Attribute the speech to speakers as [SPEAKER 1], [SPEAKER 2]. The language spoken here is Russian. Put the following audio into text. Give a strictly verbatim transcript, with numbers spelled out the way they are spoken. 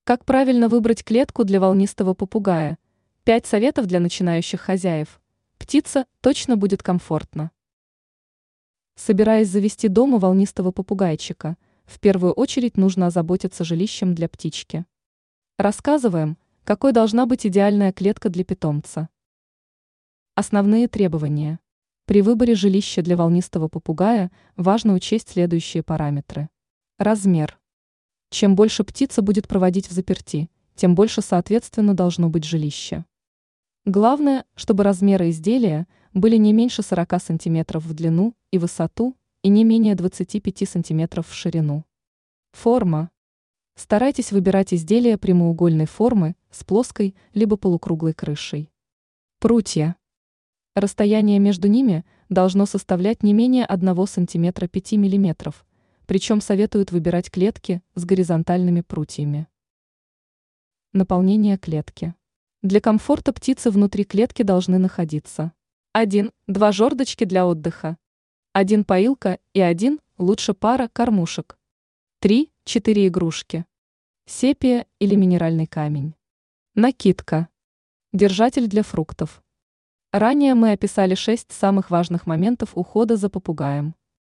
[SPEAKER 1] Как правильно выбрать клетку для волнистого попугая? Пять советов для начинающих хозяев. Птица точно будет комфортно. Собираясь завести дома волнистого попугайчика, в первую очередь нужно озаботиться жилищем для птички. Рассказываем, какой должна быть идеальная клетка для питомца. Основные требования. При выборе жилища для волнистого попугая важно учесть следующие параметры. Размер. Чем больше птица будет проводить взаперти, тем больше соответственно должно быть жилище. Главное, чтобы размеры изделия были не меньше сорока сантиметров в длину и высоту и не менее двадцати пяти сантиметров в ширину. Форма. Старайтесь выбирать изделия прямоугольной формы с плоской либо полукруглой крышей. Прутья. Расстояние между ними должно составлять не менее одного сантиметра пяти миллиметров, причем советуют выбирать клетки с горизонтальными прутьями. Наполнение клетки. Для комфорта птицы внутри клетки должны находиться один-два жердочки для отдыха, один поилка и один, лучше пара, кормушек, три-четыре игрушки, сепия или минеральный камень, накидка, держатель для фруктов. Ранее мы описали шесть самых важных моментов ухода за попугаем.